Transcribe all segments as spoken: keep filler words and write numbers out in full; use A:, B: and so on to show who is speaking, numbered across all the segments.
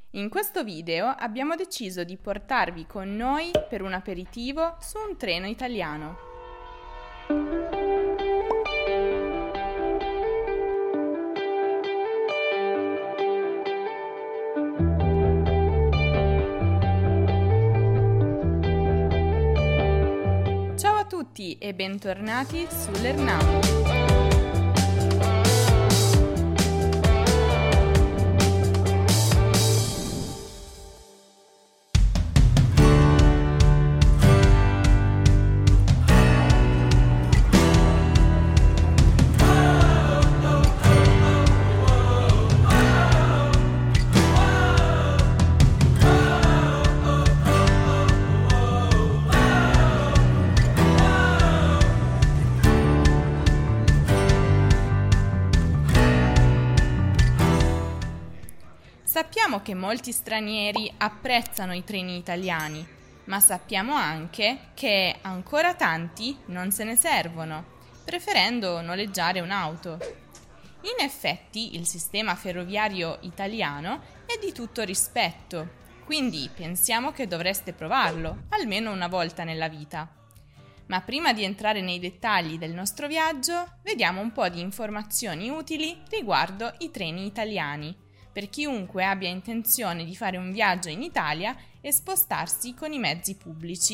A: In questo video abbiamo deciso di portarvi con noi per un aperitivo su un treno italiano. Ciao a tutti e bentornati sull'Ernam. Sappiamo che molti stranieri apprezzano i treni italiani, ma sappiamo anche che ancora tanti non se ne servono, preferendo noleggiare un'auto. In effetti, il sistema ferroviario italiano è di tutto rispetto, quindi pensiamo che dovreste provarlo, almeno una volta nella vita. Ma prima di entrare nei dettagli del nostro viaggio, vediamo un po' di informazioni utili riguardo i treni italiani, per chiunque abbia intenzione di fare un viaggio in Italia e spostarsi con i mezzi pubblici.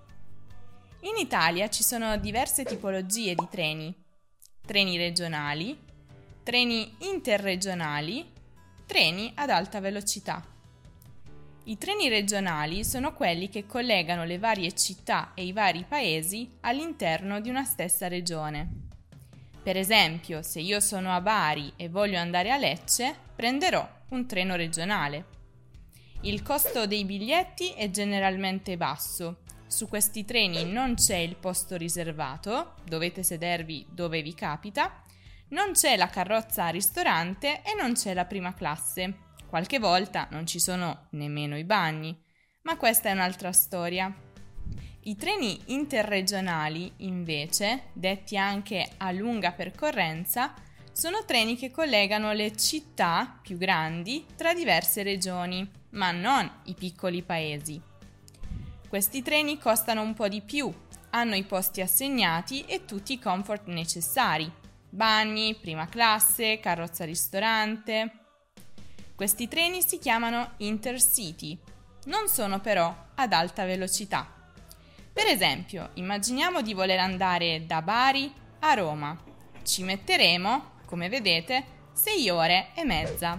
A: In Italia ci sono diverse tipologie di treni: treni regionali, treni interregionali, treni ad alta velocità. I treni regionali sono quelli che collegano le varie città e i vari paesi all'interno di una stessa regione. Per esempio, se io sono a Bari e voglio andare a Lecce, prenderò un treno regionale. Il costo dei biglietti è generalmente basso. Su questi treni non c'è il posto riservato, dovete sedervi dove vi capita, non c'è la carrozza a ristorante e non c'è la prima classe. Qualche volta non ci sono nemmeno i bagni, ma questa è un'altra storia. I treni interregionali, invece, detti anche a lunga percorrenza, sono treni che collegano le città più grandi tra diverse regioni, ma non i piccoli paesi. Questi treni costano un po' di più, hanno i posti assegnati e tutti i comfort necessari: bagni, prima classe, carrozza ristorante. Questi treni si chiamano Intercity, non sono però ad alta velocità. Per esempio, immaginiamo di voler andare da Bari a Roma. Ci metteremo, come vedete, sei ore e mezza.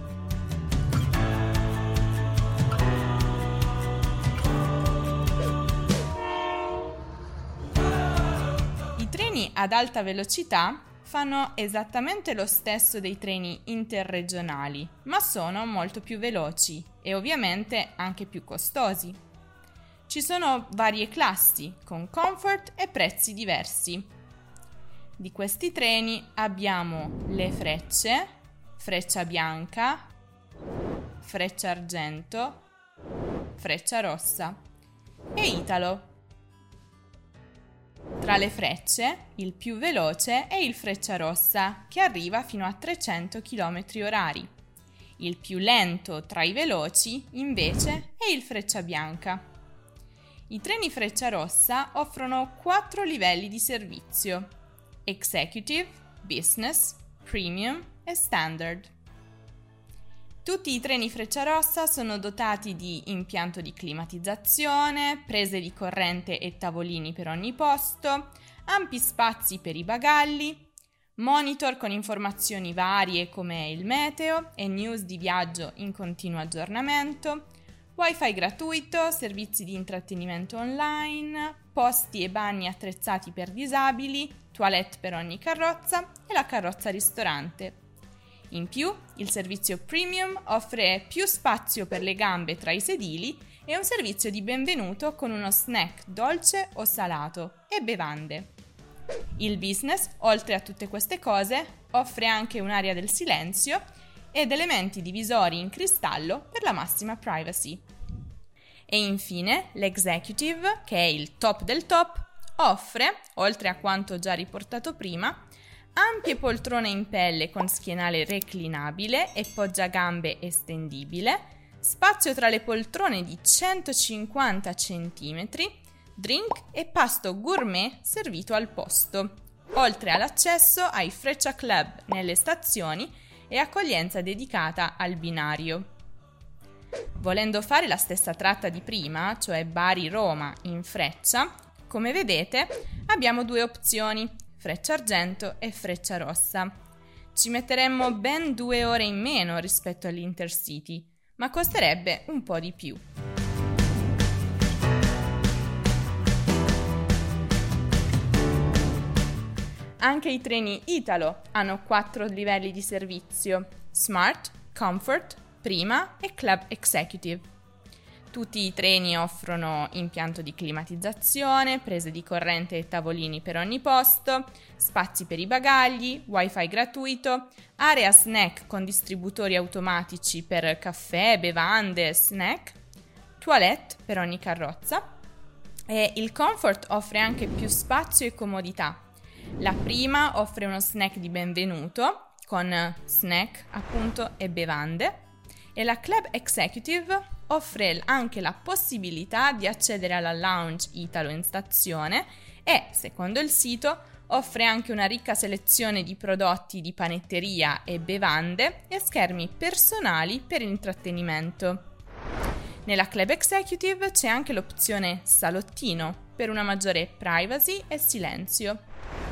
A: I treni ad alta velocità fanno esattamente lo stesso dei treni interregionali, ma sono molto più veloci e ovviamente anche più costosi. Ci sono varie classi, con comfort e prezzi diversi. Di questi treni abbiamo le Frecce, Freccia Bianca, Freccia Argento, Freccia Rossa e Italo. Tra le Frecce, il più veloce è il Freccia Rossa, che arriva fino a trecento chilometri orari. Il più lento tra i veloci, invece, è il Freccia Bianca. I treni Freccia Rossa offrono quattro livelli di servizio: Executive, Business, Premium e Standard. Tutti i treni Freccia Rossa sono dotati di impianto di climatizzazione, prese di corrente e tavolini per ogni posto, ampi spazi per i bagagli, monitor con informazioni varie come il meteo e news di viaggio in continuo aggiornamento, wifi gratuito, servizi di intrattenimento online, posti e bagni attrezzati per disabili, toilette per ogni carrozza e la carrozza ristorante. In più, il servizio Premium offre più spazio per le gambe tra i sedili e un servizio di benvenuto con uno snack dolce o salato e bevande. Il Business, oltre a tutte queste cose, offre anche un'area del silenzio ed elementi divisori in cristallo per la massima privacy. E infine l'Executive, che è il top del top, offre, oltre a quanto già riportato prima, ampie poltrone in pelle con schienale reclinabile e poggiagambe estendibile, spazio tra le poltrone di centocinquanta centimetri, drink e pasto gourmet servito al posto, oltre all'accesso ai Freccia Club nelle stazioni e accoglienza dedicata al binario. Volendo fare la stessa tratta di prima, cioè Bari-Roma in Freccia, come vedete abbiamo due opzioni, Freccia Argento e Freccia Rossa. Ci metteremmo ben due ore in meno rispetto all'Intercity, ma costerebbe un po' di più. Anche i treni Italo hanno quattro livelli di servizio: Smart, Comfort, Prima e Club Executive. Tutti i treni offrono impianto di climatizzazione, prese di corrente e tavolini per ogni posto, spazi per i bagagli, wifi gratuito, area snack con distributori automatici per caffè, bevande, snack, toilette per ogni carrozza, e il Comfort offre anche più spazio e comodità. La Prima offre uno snack di benvenuto con snack appunto e bevande, e la Club Executive offre anche la possibilità di accedere alla lounge Italo in stazione e, secondo il sito, offre anche una ricca selezione di prodotti di panetteria e bevande e schermi personali per intrattenimento. Nella Club Executive c'è anche l'opzione salottino per una maggiore privacy e silenzio.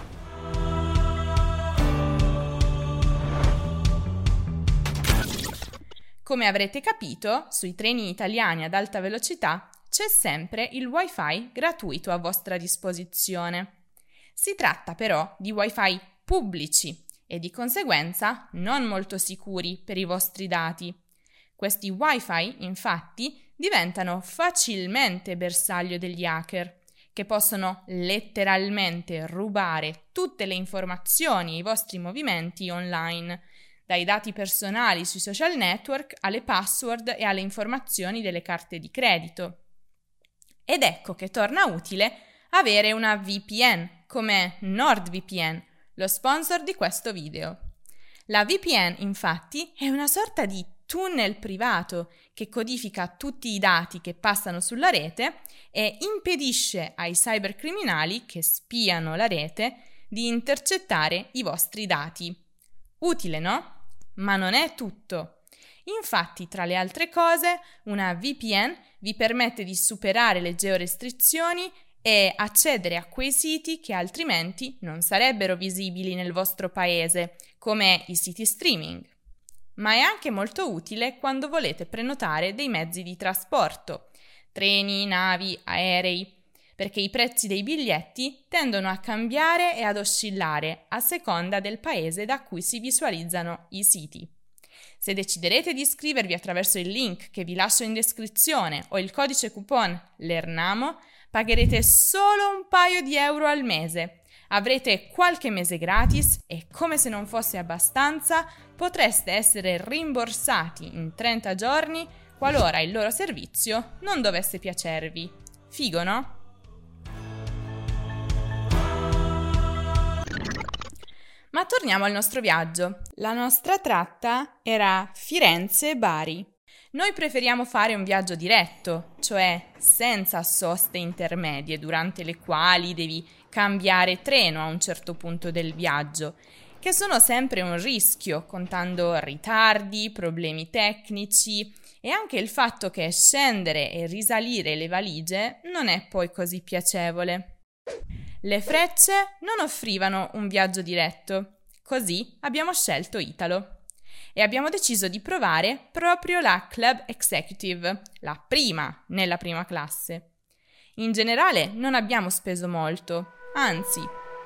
A: Come avrete capito, sui treni italiani ad alta velocità c'è sempre il Wi-Fi gratuito a vostra disposizione. Si tratta però di Wi-Fi pubblici e di conseguenza non molto sicuri per i vostri dati. Questi Wi-Fi, infatti, diventano facilmente bersaglio degli hacker, che possono letteralmente rubare tutte le informazioni e i vostri movimenti online, dai dati personali sui social network alle password e alle informazioni delle carte di credito. Ed ecco che torna utile avere una V P N come NordVPN, lo sponsor di questo video. La V P N, infatti, è una sorta di tunnel privato che codifica tutti i dati che passano sulla rete e impedisce ai cybercriminali che spiano la rete di intercettare i vostri dati. Utile, no? Ma non è tutto. Infatti, tra le altre cose, una V P N vi permette di superare le georestrizioni e accedere a quei siti che altrimenti non sarebbero visibili nel vostro paese, come i siti streaming. Ma è anche molto utile quando volete prenotare dei mezzi di trasporto, treni, navi, aerei, perché i prezzi dei biglietti tendono a cambiare e ad oscillare a seconda del paese da cui si visualizzano i siti. Se deciderete di iscrivervi attraverso il link che vi lascio in descrizione o il codice coupon LERNAMO, pagherete solo un paio di euro al mese. Avrete qualche mese gratis e, come se non fosse abbastanza, potreste essere rimborsati in trenta giorni qualora il loro servizio non dovesse piacervi. Figo, no? Ma torniamo al nostro viaggio. La nostra tratta era Firenze-Bari. Noi preferiamo fare un viaggio diretto, cioè senza soste intermedie durante le quali devi cambiare treno a un certo punto del viaggio, che sono sempre un rischio, contando ritardi, problemi tecnici e anche il fatto che scendere e risalire le valigie non è poi così piacevole. Le Frecce non offrivano un viaggio diretto, così abbiamo scelto Italo e abbiamo deciso di provare proprio la Club Executive, la prima nella prima classe. In generale non abbiamo speso molto, anzi.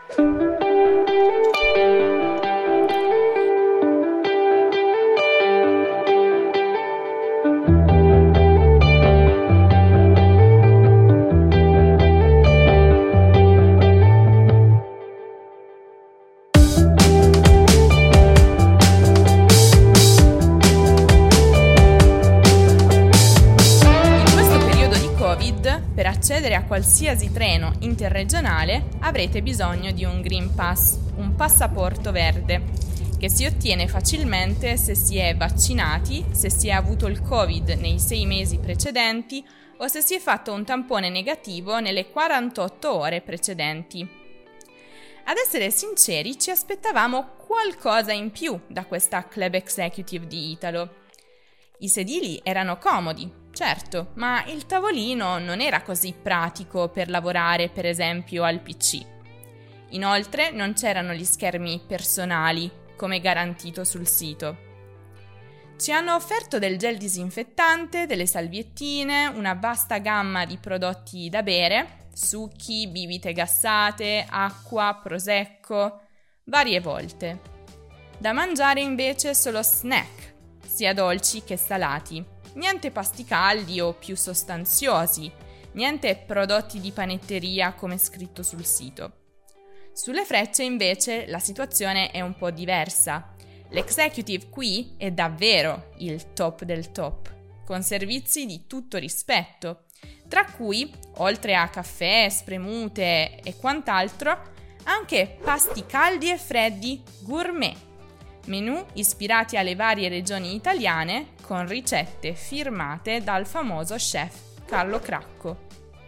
A: Per accedere a qualsiasi treno interregionale avrete bisogno di un Green Pass, un passaporto verde, che si ottiene facilmente se si è vaccinati, se si è avuto il Covid nei sei mesi precedenti o se si è fatto un tampone negativo nelle quarantotto ore precedenti. Ad essere sinceri, ci aspettavamo qualcosa in più da questa club executive di Italo. I sedili erano comodi, certo, ma il tavolino non era così pratico per lavorare, per esempio, al P C. Inoltre non c'erano gli schermi personali, come garantito sul sito. Ci hanno offerto del gel disinfettante, delle salviettine, una vasta gamma di prodotti da bere, succhi, bibite gassate, acqua, prosecco, varie volte. Da mangiare invece solo snack, sia dolci che salati, niente pasti caldi o più sostanziosi, niente prodotti di panetteria come scritto sul sito. Sulle frecce invece la situazione è un po' diversa. L'executive qui è davvero il top del top, con servizi di tutto rispetto, tra cui, oltre a caffè, spremute e quant'altro, anche pasti caldi e freddi gourmet, menù ispirati alle varie regioni italiane con ricette firmate dal famoso chef Carlo Cracco.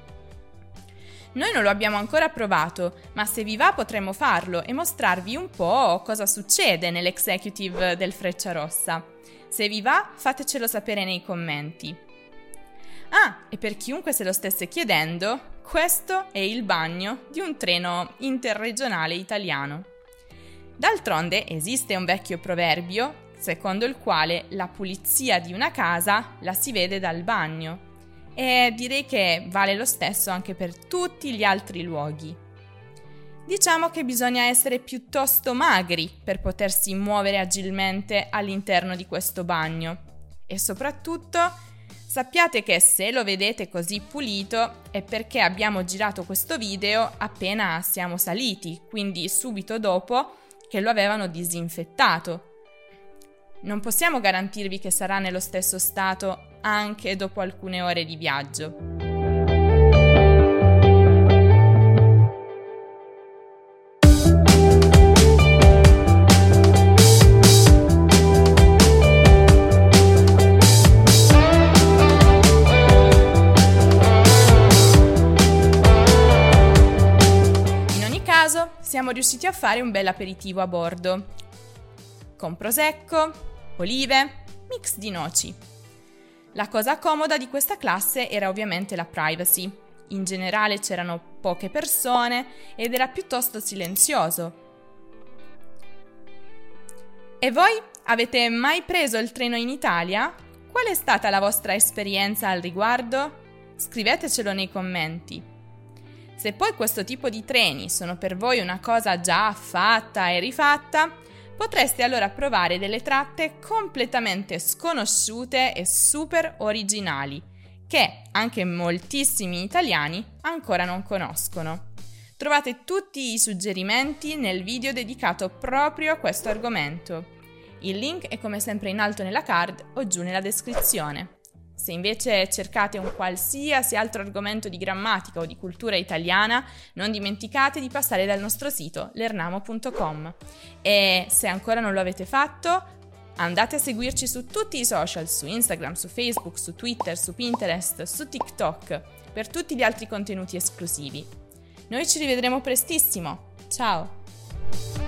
A: Noi non lo abbiamo ancora provato, ma se vi va potremmo farlo e mostrarvi un po' cosa succede nell'executive del Frecciarossa. Se vi va, fatecelo sapere nei commenti. Ah, e per chiunque se lo stesse chiedendo, questo è il bagno di un treno interregionale italiano. D'altronde esiste un vecchio proverbio secondo il quale la pulizia di una casa la si vede dal bagno. E direi che vale lo stesso anche per tutti gli altri luoghi. Diciamo che bisogna essere piuttosto magri per potersi muovere agilmente all'interno di questo bagno. E soprattutto sappiate che se lo vedete così pulito è perché abbiamo girato questo video appena siamo saliti, quindi subito dopo che lo avevano disinfettato. Non possiamo garantirvi che sarà nello stesso stato anche dopo alcune ore di viaggio. In ogni caso, siamo riusciti a fare un bel aperitivo a bordo, con prosecco, olive, mix di noci. La cosa comoda di questa classe era ovviamente la privacy. In generale c'erano poche persone ed era piuttosto silenzioso. E voi avete mai preso il treno in Italia? Qual è stata la vostra esperienza al riguardo? Scrivetecelo nei commenti. Se poi questo tipo di treni sono per voi una cosa già fatta e rifatta, potreste allora provare delle tratte completamente sconosciute e super originali, che anche moltissimi italiani ancora non conoscono. Trovate tutti i suggerimenti nel video dedicato proprio a questo argomento. Il link è come sempre in alto nella card o giù nella descrizione. Se invece cercate un qualsiasi altro argomento di grammatica o di cultura italiana, non dimenticate di passare dal nostro sito lernamo punto com. E se ancora non lo avete fatto, andate a seguirci su tutti i social, su Instagram, su Facebook, su Twitter, su Pinterest, su TikTok, per tutti gli altri contenuti esclusivi. Noi ci rivedremo prestissimo. Ciao!